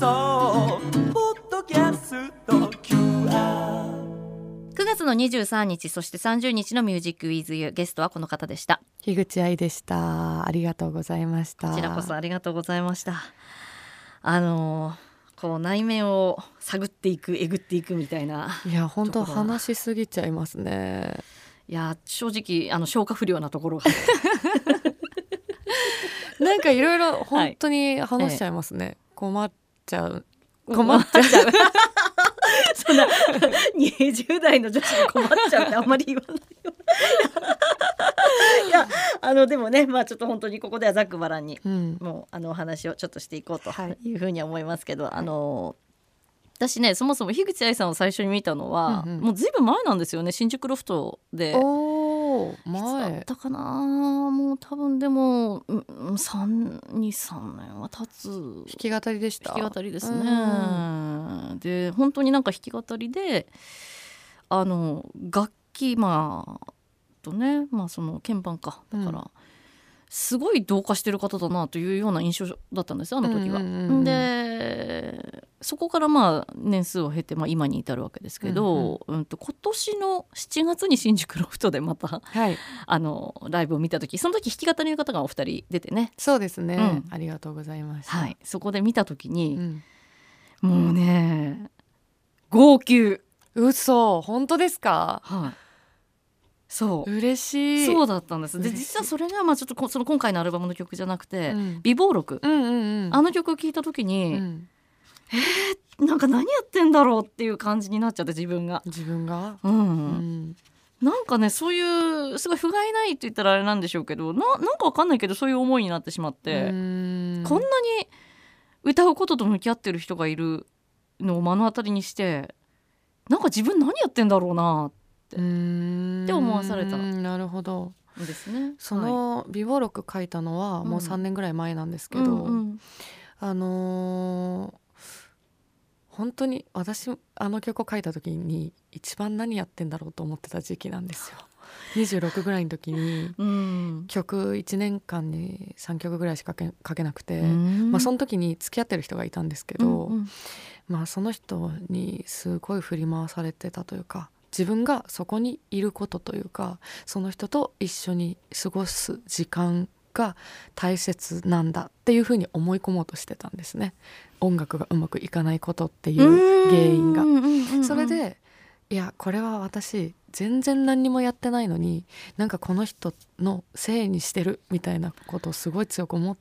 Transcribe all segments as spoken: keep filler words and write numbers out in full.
送ポッドキャスト キューアール。 くがつのにじゅうさんにちそしてさんじゅうにちのミュージックウィズユー、ゲストはこの方でした。 樋口愛でした。ありがとうございました。 こちらこそありがとうございました。あのー、こう内面を探っていく、えぐっていくみたいな。 いや本当話しすぎちゃいますね。 いや正直あの消化不良なところがなんかいろいろ本当に話しちゃいますね、はい、困っちゃう困っちゃうそんなにじゅう代の女子が困っちゃうってあんまり言わないよいやあのでもね、まあちょっと本当にここではざっくばらんに、うん、もうあのお話をちょっとしていこうというふうに思いますけど、はい、あの私ねそもそも樋口愛さんを最初に見たのは、うんうん、もうずいぶん前なんですよね。新宿ロフトで。 お前いつだったかな、もう多分でもさん、に、さんねんは経つ。弾き語りでした。 弾き語りですね。で本当になんか弾き語りであの楽器まあとね、まあその鍵盤かだから、うん、すごい同化してる方だなというような印象だったんですよあの時は、うんうんうん、でそこからまあ年数を経て、まあ、今に至るわけですけど、うんうんうん、と今年のしちがつに新宿ロフトでまた、はい、あのライブを見た時、その時弾き語りの方がお二人出てね。 そうですね、うん、ありがとうございました、 はい、そこで見た時に、うん、もうね号泣。 嘘本当ですか？ はい、そう嬉しい。 そうだったんです。で実はそれがまあちょっとその今回のアルバムの曲じゃなくて、うん、美貌録、うんうんうん、あの曲を聴いた時に、うん、えー、なんか何やってんだろうっていう感じになっちゃって自分が自分が、 うんうん、なんかねそういうすごい不甲斐ないって言ったらあれなんでしょうけど な, なんかわかんないけどそういう思いになってしまって、うーんこんなに歌うことと向き合ってる人がいるのを目の当たりにしてなんか自分何やってんだろうなってって思わされた。 なるほどですね。 その美貌録書いたのはもうさんねんぐらい前なんですけど、うんうん、あのー、本当に私あの曲を書いた時に一番何やってんだろうと思ってた時期なんですよ。にじゅうろくぐらいの時に、うん、曲いちねんかんにさんきょくぐらいしか書け、書けなくて、うん、まあ、その時に付き合ってる人がいたんですけど、うんうん、まあ、その人にすごい振り回されてたというか、自分がそこにいることというかその人と一緒に過ごす時間が大切なんだっていうふうに思い込もうとしてたんですね。音楽がうまくいかないことっていう原因が、うんうんうんうん、それでいやこれは私全然何にもやってないのになんかこの人のせいにしてるみたいなことをすごい強く思って、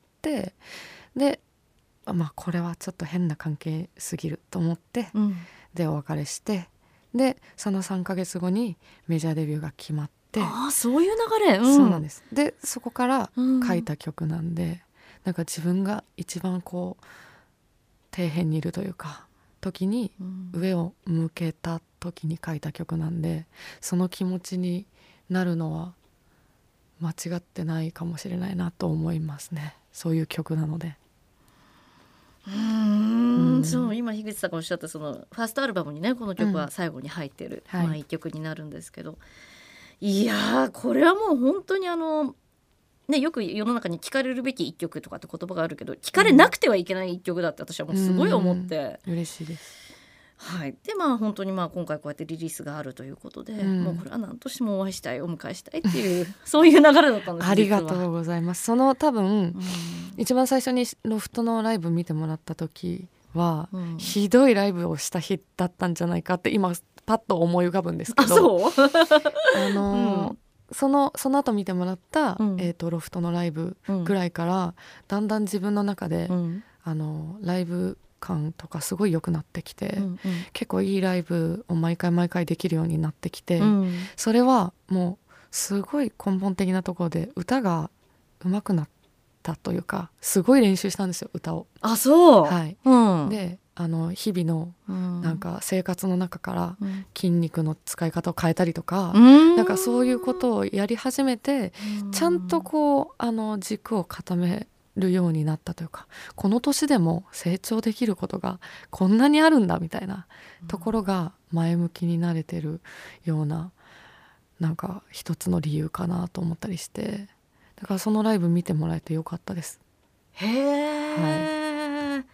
でまあこれはちょっと変な関係すぎると思って、うん、でお別れして、でそのさんかげつごにメジャーデビューが決まって、 ああそういう流れ、うん、 そうなんです。でそこから書いた曲なんで、うん、なんか自分が一番こう底辺にいるというか時に上を向けた時に書いた曲なんで、その気持ちになるのは間違ってないかもしれないなと思いますね。そういう曲なので。 うーん、うん、そう今樋口さんがおっしゃったそのファーストアルバムにねこの曲は最後に入ってる、うん、まあ、いっきょくになるんですけど、はい、いやーこれはもう本当にあの、ね、よく世の中に聞かれるべきいっきょくとかって言葉があるけど聞かれなくてはいけないいっきょくだって私はもうすごい思って、 うん、嬉しいです。 はい、でまあ本当にまあ今回こうやってリリースがあるということで、うん、もうこれは何としてもお会いしたいお迎えしたいっていうそういう流れだったんです。 ありがとうございます。その多分、うん、一番最初にロフトのライブ見てもらった時は、うん、ひどいライブをした日だったんじゃないかって今パッと思い浮かぶんですけど、 あそうあのーうん、そのその後見てもらった、うんえー、とロフトのライブぐらいから、だんだん自分の中で、うん、あのライブ感とかすごい良くなってきて、うんうん、結構いいライブを毎回毎回できるようになってきて、うん、それはもうすごい根本的なところで歌が上手くなったというかすごい練習したんですよ歌を。 あそう、 はい、うん、であの日々のなんか生活の中から筋肉の使い方を変えたりとか、うん、なんかそういうことをやり始めて、うん、ちゃんとこうあの軸を固めるようになったというか、この年でも成長できることがこんなにあるんだみたいなところが前向きになれてるようななんか一つの理由かなと思ったりして、だからそのライブ見てもらえてよかったです。 へー、はい、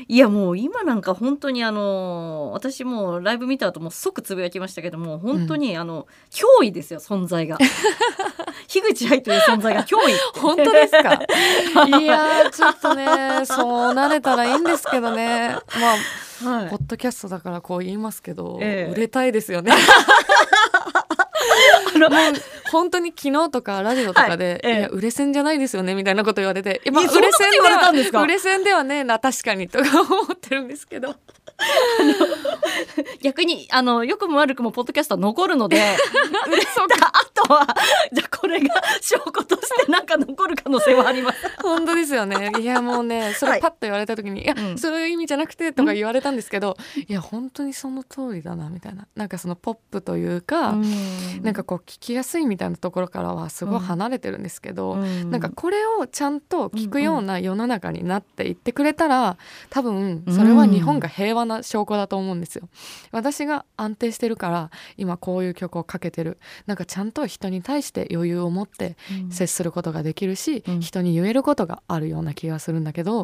いやもう今なんか本当にあの私もうライブ見た後もう即つぶやきましたけども本当にあの、うん、脅威ですよ存在が樋口愛という存在が脅威本当ですかいやちょっとねそうなれたらいいんですけどねまあ、はい、ポッドキャストだからこう言いますけど、ええ、売れたいですよねもう本当に昨日とかラジオとかで、はいええ、いや売れ線じゃないですよねみたいなこと言われて、まあ、売れ線では売れ線ではねえな確かにとか思ってるんですけど逆にあの良くも悪くもポッドキャストは残るので売れた後はじゃあこれが証拠としてなんか残る可能性はあります本当ですよね。いやもうねそれパッと言われた時に、はい、いや、うん、そういう意味じゃなくてとか言われたんですけど、うん、いや本当にその通りだなみたいな、なんかそのポップというか、うん、なんかこう聞きやすいみたいなところからはすごい離れてるんですけど、うん、なんかこれをちゃんと聞くような世の中になっていってくれたら、多分それは日本が平和な証拠だと思うんですよ。私が安定してるから今こういう曲をかけてる、なんかちゃんと人に対して余裕を持って接することができるし、うん、人に言えることがあるような気がするんだけど、うん、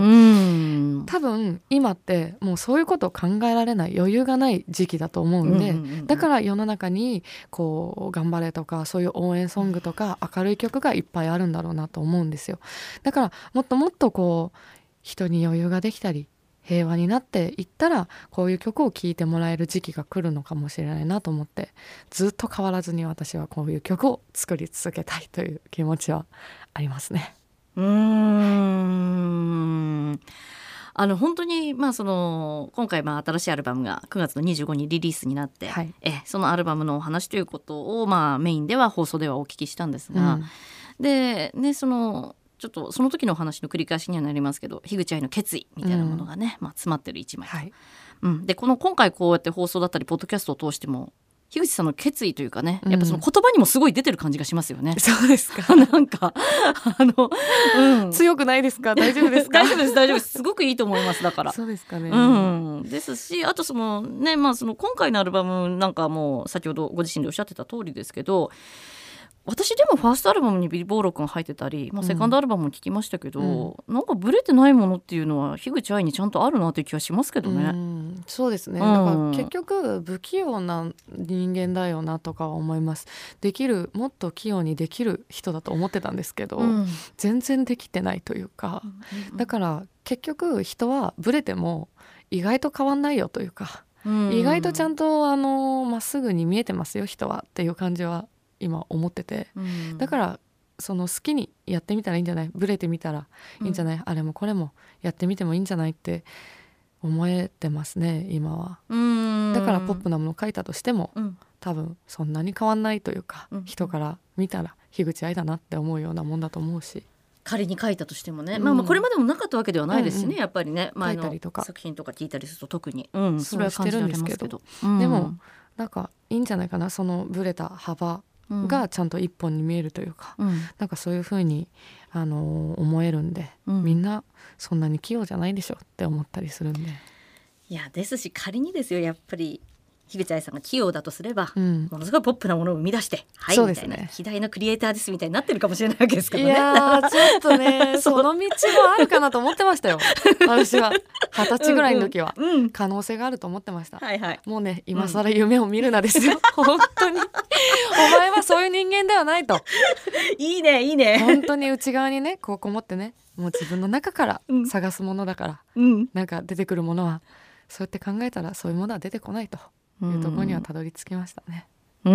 多分今ってもうそういうことを考えられない余裕がない時期だと思うんで、うんうんうん、だから世の中にこう頑張れとかそういう応援ソングとか明るい曲がいっぱいあるんだろうなと思うんですよ。だからもっともっとこう人に余裕ができたり平和になっていったらこういう曲を聴いてもらえる時期が来るのかもしれないなと思って、ずっと変わらずに私はこういう曲を作り続けたいという気持ちはありますね。 うーんあの本当にまあその今回まあ新しいアルバムがくがつのにじゅうごにちにリリースになって、はい、えそのアルバムのお話ということをまあメインでは放送ではお聞きしたんですが、うん、でねそのちょっとその時のお話の繰り返しにはなりますけど、樋口愛の決意みたいなものがね、うんまあ、詰まってる一枚と、はいうん、でこの今回こうやって放送だったりポッドキャストを通しても樋口さんの決意というかね、やっぱその言葉にもすごい出てる感じがしますよね、 うん、そうですかなんかあの、 うん、強くないですか？大丈夫ですか？ 大丈夫です大丈夫ですすごくいいと思います。だからそうですかね、 うん、ですしあとそのね、まあ、その今回のアルバムなんかも先ほどご自身でおっしゃってた通りですけど、私でもファーストアルバムにビリボー録が入ってたり、まあ、セカンドアルバムも聞きましたけど、うん、なんかブレてないものっていうのは樋口愛にちゃんとあるなという気がしますけどね、 うん、そうですね、うん、だから結局不器用な人間だよなとかは思います。できるもっと器用にできる人だと思ってたんですけど、うん、全然できてないというか、うん、だから結局人はブレても意外と変わんないよというか、うん、意外とちゃんとあのまっすぐに見えてますよ人はっていう感じは今思ってて、うん、だからその好きにやってみたらいいんじゃない、ブレてみたらいいんじゃない、うん、あれもこれもやってみてもいいんじゃないって思えてますね今は。うんだからポップなものを書いたとしても、うん、多分そんなに変わんないというか、うん、人から見たら樋口愛だなって思うようなもんだと思うし、 仮に書いたとしてもね、うんまあ、まあこれまでもなかったわけではないですしね、うんうん、やっぱりね前の作品とか聞いたりすると特に、うん、それは感じられますけど、 うん、でもなんかいいんじゃないかな、そのブレた幅がちゃんと一本に見えるというか、うん、なんかそういう風にあのー、思えるんで、うん、みんなそんなに器用じゃないでしょって思ったりするんで。 いやですし仮にですよやっぱり樋口愛さんが器用だとすれば、うん、ものすごいポップなものを生み出してはいみたいな偉大なクリエイターですみたいになってるかもしれないわけですけどね。 いやちょっとねその道もあるかなと思ってましたよ私は二十歳ぐらいの時は、うんうん、可能性があると思ってました、はいはい、もうね今更夢を見るなですよ、うん、本当にお前はそういう人間ではないといいねいいね本当に内側にねこうこもってね、もう自分の中から探すものだから、うん、なんか出てくるものはそうやって考えたらそういうものは出てこないというところにはたどり着きましたね。 うー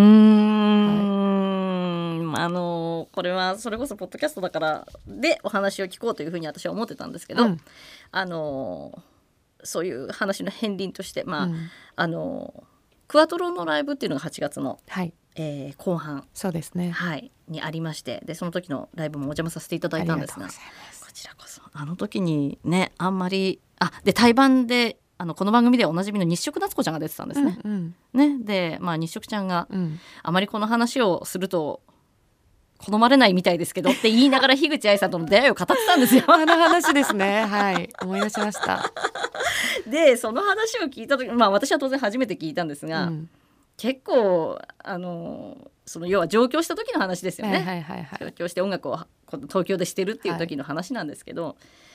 ん、はい、あのこれはそれこそポッドキャストだからでお話を聞こうというふうに私は思ってたんですけど、うん、あのそういう話の片鱗として、まあうん、あのクワトロのライブっていうのがはちがつの、はいえー、後半そうですね、 はい、にありまして、でその時のライブもお邪魔させていただいたんですが、こちらこそあの時にねあんまりあで対バンであのこの番組ではおなじみの日食夏子ちゃんが出てたんですね。うんうんねで、まあ、日食ちゃんが、うん、あまりこの話をすると好まれないみたいですけどって言いながら樋口愛さんとの出会いを語ってたんですよ。 あの話ですね、はい思い出しました。 でその話を聞いた時、まあ、私は当然初めて聞いたんですが、うん、結構あのその要は上京した時の話ですよね、はいはいはいはい、上京して音楽を東京でしてるっていう時の話なんですけど、はい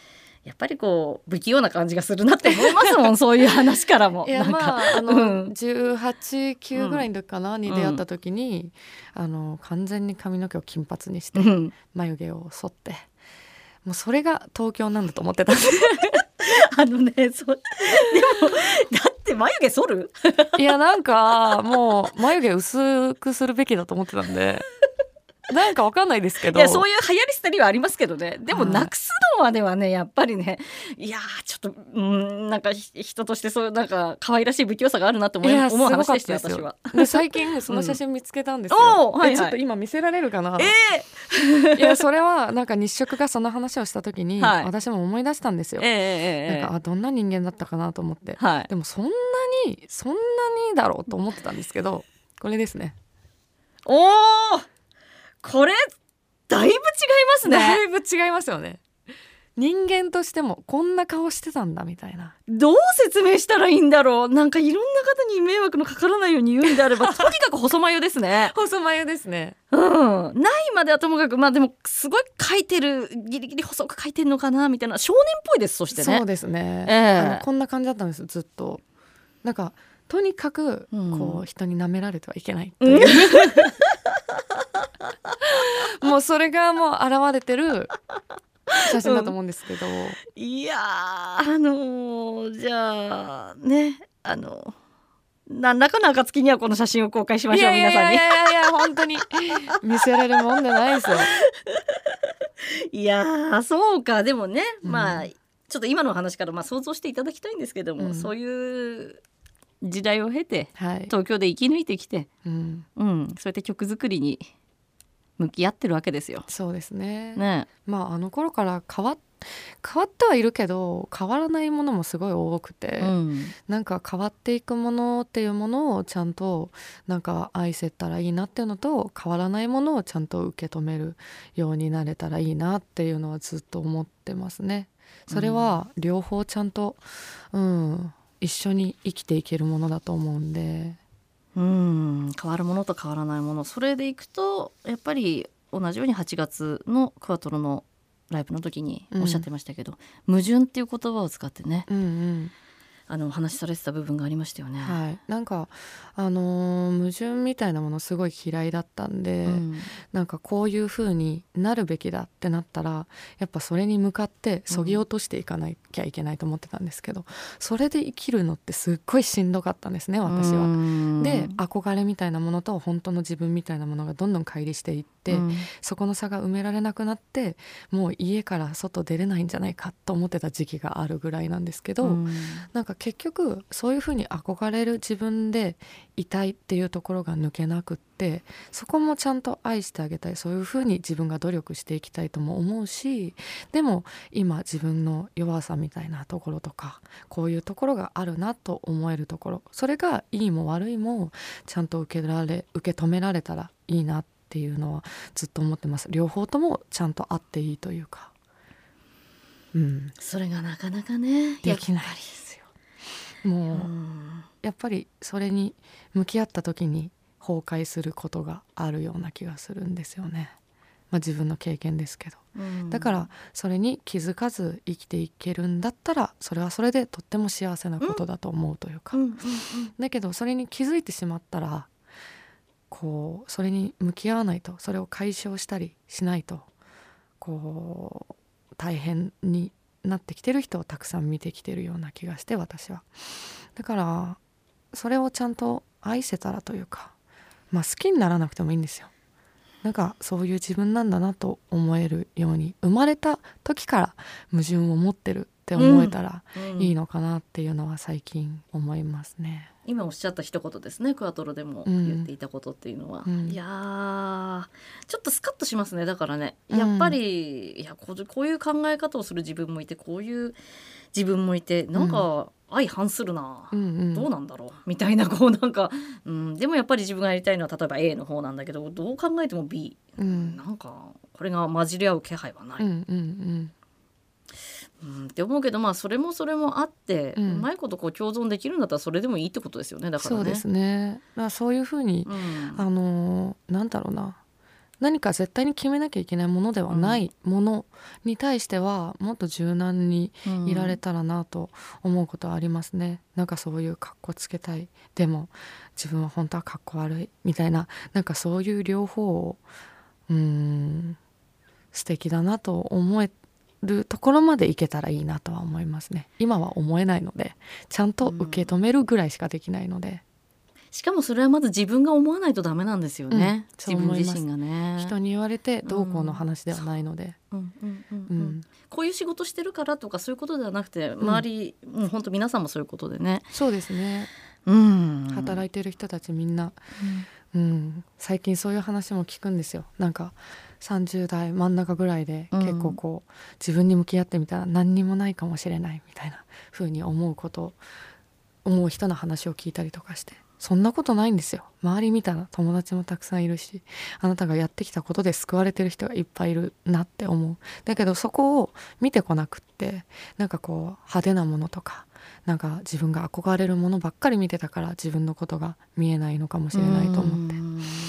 やっぱりこう不器用な感じがするなって思いますもんそういう話からも。 いやなんか、 まああの、 うん、 じゅうはち、きゅうぐらいの時かな、 うん、 に出会った時に、うん、あの完全に髪の毛を金髪にして、 うん、 眉毛を剃って、もうそれが東京なんだと思ってたんですあのね、そでもだって眉毛剃るいやなんかもう眉毛薄くするべきだと思ってたんでなんかわかんないですけど、 いやそういう流行り廃りはありますけどね。でもなくすのまではねやっぱりね、いやちょっとうんなんか人としてそうなんか可愛らしい不器用さがあるなと思い思う話でしたよ私は。 で最近その写真見つけたんですよ、 うんはいはい、 ちょっと今見せられるかな。 えー、 いやそれはなんか日食がその話をした時に、はい、私も思い出したんですよ、 えー、 なんかあどんな人間だったかなと思って、 はい、 でもそんなにそんなにだろうと思ってたんですけど、これですね。 おーこれだいぶ違いますね。 だいぶ違いますよね。人間としてもこんな顔してたんだみたいな。 どう説明したらいいんだろう。なんかいろんな方に迷惑のかからないように言うんであればとにかく細眉ですね。 細眉ですね。 うん、ないまではともかくまあでもすごい描いてるギリギリ細く描いてるのかなみたいな少年っぽいです。そしてねそうですね、 えー、 あのこんな感じだったんですずっと。なんかとにかくこう人に舐められてはいけないっていう、うん、もうそれがもう現れてる写真だと思うんですけど、うん、 いやあのー、じゃあねあの何らかの暁にはこの写真を公開しましょう。皆さんに。 いやいやいやいや本当に見せられるもんじゃないですよ。 いやそうか。でもね、うん、まあちょっと今の話からまあ想像していただきたいんですけども、うん、そういう時代を経て、はい、東京で生き抜いてきて、うんうん、そうやって曲作りに向き合ってるわけですよ。 そうですね。 ね、 まああの頃から変わ変わってはいるけど変わらないものもすごい多くて、うん、なんか変わっていくものっていうものをちゃんとなんか愛せたらいいなっていうのと、変わらないものをちゃんと受け止めるようになれたらいいなっていうのはずっと思ってますね。それは両方ちゃんと、うん、一緒に生きていけるものだと思うんで、 うん、変わるものと変わらないもの、それでいくとやっぱり同じようにはちがつのクワトロのライブの時におっしゃってましたけど、うん、矛盾っていう言葉を使ってね、うんうん、あのお話しされてた部分がありましたよね。 はい、なんかあのー、矛盾みたいなものすごい嫌いだったんで、うん、なんかこういう風になるべきだってなったらやっぱそれに向かってそぎ落としていかなきゃいけないと思ってたんですけど、うん、それで生きるのってすっごいしんどかったんですね私は。で憧れみたいなものと本当の自分みたいなものがどんどん乖離していって、うん、そこの差が埋められなくなってもう家から外出れないんじゃないかと思ってた時期があるぐらいなんですけど、うん、なんか結局そういうふうに憧れる自分でいたいっていうところが抜けなくって、そこもちゃんと愛してあげたい、そういうふうに自分が努力していきたいとも思うし、でも今自分の弱さみたいなところとかこういうところがあるなと思えるところ、それがいいも悪いもちゃんと受けられ受け止められたらいいなっていうのはずっと思ってます。両方ともちゃんとあっていいというか、うん、 それがなかなかねできないですよ。もう、うん、やっぱりそれに向き合った時に崩壊することがあるような気がするんですよね。まあ、自分の経験ですけど、うん、だからそれに気づかず生きていけるんだったらそれはそれでとっても幸せなことだと思うというか、うんうんうんうん、だけどそれに気づいてしまったらこうそれに向き合わないと、それを解消したりしないとこう大変になってきてる人をたくさん見てきてるような気がして、私はだからそれをちゃんと愛せたらというか、まあ好きにならなくてもいいんですよ。なんかそういう自分なんだなと思えるように、生まれた時から矛盾を持ってるって思えたらいいのかなっていうのは最近思いますね、 うん、今おっしゃった一言ですね、クワトロでも言っていたことっていうのは、うん、いやちょっとスカッとしますね。だからねやっぱり、うん、いやこう、こういう考え方をする自分もいてこういう自分もいてなんか相反するな、うんうん、どうなんだろうみたいな、こうなんか、うん、でもやっぱり自分がやりたいのは例えば A の方なんだけどどう考えても B、うん、なんかこれが混じり合う気配はない、うんうんうんうん、って思うけど、まあそれもそれもあって、うん、うまいことこう共存できるんだったらそれでもいいってことですよね。だからねそうですね。だからそういうふうに、うん、あのなんだろうな何か絶対に決めなきゃいけないものではないものに対してはもっと柔軟にいられたらなと思うことはありますね、うん、なんかそういうかっこつけたいでも自分は本当はかっこ悪いみたいな、なんかそういう両方をうーん素敵だなと思えるところまでいけたらいいなとは思いますね。今は思えないのでちゃんと受け止めるぐらいしかできないので、うんしかもそれはまず自分が思わないとダメなんですよね、うん、自分自身がね。 人に言われてどうこうの話ではないので、 こういう仕事してるからとかそういうことではなくて、周り、うん、もう本当皆さんもそういうことでね。 そうですね、 うん、 働いてる人たちみんな、うんうん、最近そういう話も聞くんですよ。なんかさんじゅう代真ん中ぐらいで結構こう、うん、自分に向き合ってみたら何にもないかもしれないみたいな風に思うこと思う人の話を聞いたりとかして、そんなことないんですよ。周り見たら友達もたくさんいるし、あなたがやってきたことで救われてる人がいっぱいいるなって思う。だけどそこを見てこなくって、なんかこう派手なものとかなんか自分が憧れるものばっかり見てたから自分のことが見えないのかもしれないと思って、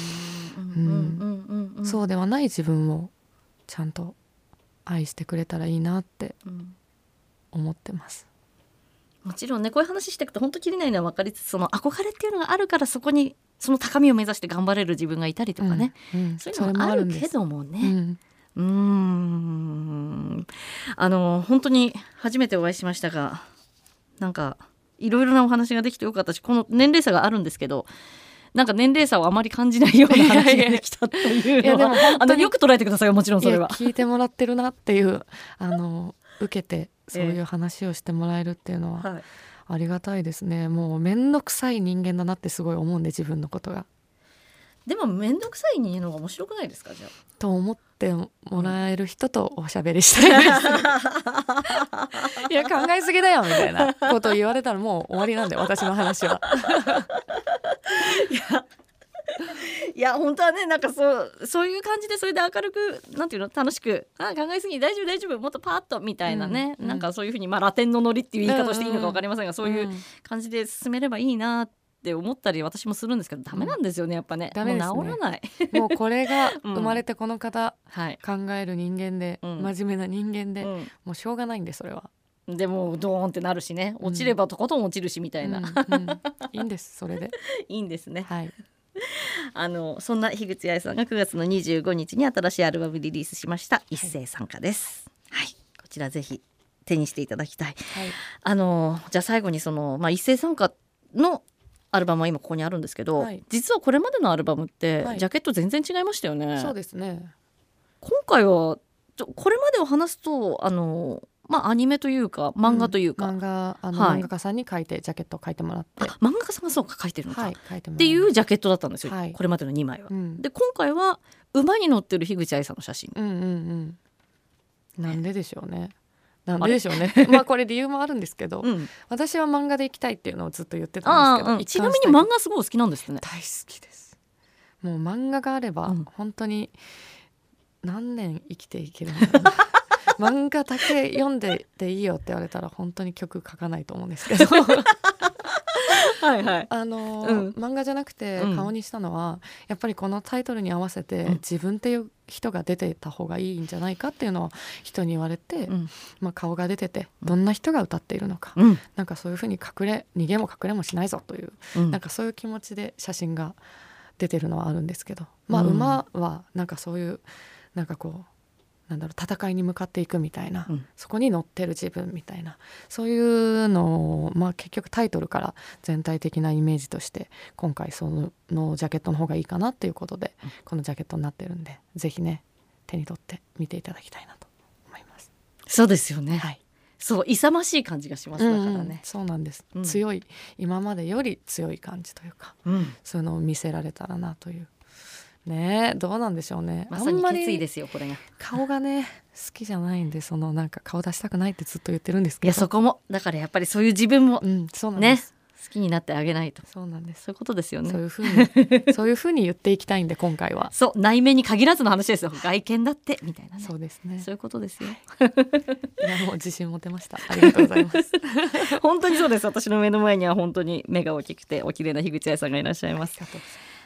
そうではない自分をちゃんと愛してくれたらいいなって思ってます。 もちろんね、こういう話していくと本当きりないのは分かりつつ、その憧れっていうのがあるからそこにその高みを目指して頑張れる自分がいたりとかね、うんうん、そういうのもあるけどもね、うん、うーんあの本当に初めてお会いしましたが、なんかいろいろなお話ができてよかったし、この年齢差があるんですけどなんか年齢差をあまり感じないような話ができたというのは、いやいやいやでもあのよく捉えてくださいよ、もちろんそれは。 聞いてもらってるなっていうあの受けてそういう話をしてもらえるっていうのは、えーはい、ありがたいですね。もうめんどくさい人間だなってすごい思うんで、自分のことが。 でもめんどくさい人間の方が面白くないですか？じゃあと思ってもらえる人とおしゃべりしたいです、いや考えすぎだよみたいなことを言われたらもう終わりなんで、私の話はいやいや本当はね、なんかそうそういう感じで、それで明るくなんていうの、楽しく、あ考えすぎ大丈夫大丈夫もっとパーッとみたいなね、うん、なんかそういうふうに、まあ、ラテンのノリっていう言い方をしていいのか分かりませんが、うん、そういう感じで進めればいいなって思ったり私もするんですけど、ダメなんですよね、やっぱね。ダメですね、もう治らないもうこれが生まれてこの方、うんはい、考える人間で、うん、真面目な人間で、うん、もうしょうがないんで、それはでもドーンってなるしね、落ちればとことん落ちるしみたいな、 うんうん、いいんです、それでいいんですね。 はいあのそんな樋口愛さんがくがつのにじゅうごにちに新しいアルバムリリースしました一斉参加です、はいはい、こちらぜひ手にしていただきたい、はい、あのじゃあ最後にその、まあ、一斉参加のアルバムは今ここにあるんですけど、はい、実はこれまでのアルバムって、はい、ジャケット全然違いましたよね。 そうですね。 今回はこれまでを話すとあのまあ、アニメというか漫画というか、 うん、漫画あの、はい、漫画家さんに書いてジャケットを書いてもらって、 漫画家さんがそうか書いてるのか、 はい、書いてもらっていうジャケットだったんですよ、はい、これまでのにまいは、 うん、 で今回は馬に乗ってる樋口愛さんの写真、 うんうんうん、なんででしょうねなんででしょうねまあこれ理由もあるんですけど、うん、私は漫画で行きたいっていうのをずっと言ってたんですけど、 うん、ちなみに漫画すごいお好きなんですね。 大好きです。もう漫画があれば、うん、本当に何年生きていけるのかな漫画だけ読んでていいよって言われたら本当に曲書かないと思うんですけどはい、はい、あのーうん、漫画じゃなくて顔にしたのは、うん、やっぱりこのタイトルに合わせて、うん、自分っていう人が出てた方がいいんじゃないかっていうのを人に言われて、うんまあ、顔が出ててどんな人が歌っているのか、うん、なんかそういうふうに隠れ逃げも隠れもしないぞという、うん、なんかそういう気持ちで写真が出てるのはあるんですけど、まあ、馬はなんかそういうなんかこうなんだろう戦いに向かっていくみたいな、うん、そこに乗ってる自分みたいなそういうのを、まあ、結局タイトルから全体的なイメージとして今回そののジャケットの方がいいかなっていうことで、うん、このジャケットになってるんでぜひね手に取って見ていただきたいなと思います。 そうですよね、 はい、 そう勇ましい感じがします。だからね、うんうん、 そうなんです、うん、強い今までより強い感じというか、うん、そういうのを見せられたらなというね。どうなんでしょうね。 まさに決意ですよこれが。 顔がね好きじゃないんで、そのなんか顔出したくないってずっと言ってるんですけど、 いやそこもだからやっぱりそういう自分も、うん、そうなんです、ね、好きになってあげないと。 そうなんです。 そういうことですよね。 そういうふうにそういうふうに言っていきたいんで今回は。 そう内面に限らずの話ですよ。外見だってみたいなね。 そうですね。 そういうことですよ。いやもう自信持てました。ありがとうございます本当にそうです。私の目の前には本当に目が大きくてお綺麗な樋口愛さんがいらっしゃいます。 ありがとうございます。 はい。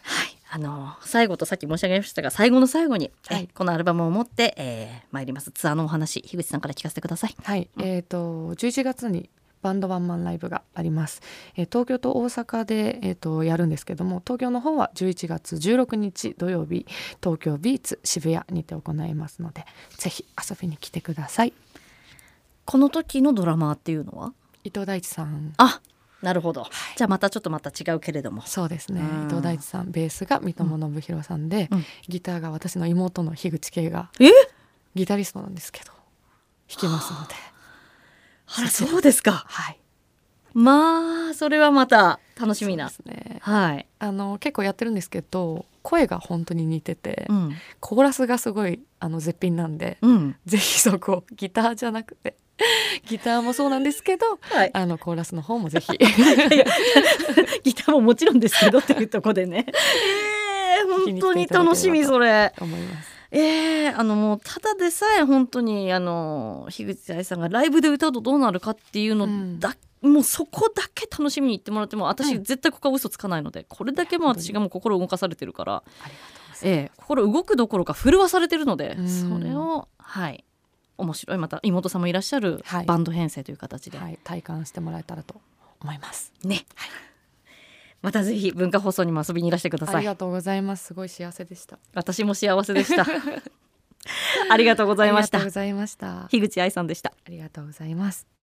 あの最後とさっき申し上げましたが最後の最後に、 はい、 えこのアルバムを持って、えー、参りますツアーのお話、樋口さんから聞かせてください。 はい、えーとじゅういちがつにバンドワンマンライブがあります、えー、東京と大阪で、えー、とやるんですけども、東京の方はじゅういちがつじゅうろくにち土曜日、東京ビーツ渋谷にて行いますので、ぜひ遊びに来てください。 この時のドラマーっていうのは伊藤大地さん。 あ、なるほど、 はい、 じゃあまたちょっとまた違うけれども。 そうですね、 うん、 伊藤大地さん、ベースが三友信弘さんで、うん、ギターが私の妹の樋口圭がえギタリストなんですけど弾きますので。 あら、そうですか。 はい、 まあそれはまた楽しみな。 そうですね、 はい、 あの結構やってるんですけど声が本当に似てて、 うん、 コーラスがすごいあの絶品なんで、 うん、 ぜひそこギターじゃなくてギターもそうなんですけど、はい、あのコーラスの方もぜひギターももちろんですけどっていうところでねえー、本当に楽しみそれ思います。 えー、あのもうただでさえ本当にあの樋口愛さんがライブで歌うとどうなるかっていうのだ、うん、もうそこだけ楽しみに言ってもらっても私、うん、絶対ここは嘘つかないので、これだけも私がもう心動かされてるから、 ありがとうございます、 えー、心動くどころか震わされてるので、 うん、 それをはい面白い、また妹さんもいらっしゃるバンド編成という形で、 はいはい、体感してもらえたらと思いますね、はい、またぜひ文化放送にも遊びにいらしてください。 ありがとうございます。すごい幸せでした。 私も幸せでしたありがとうございました。 ありがとうございました。 樋口愛さんでした。 ありがとうございます。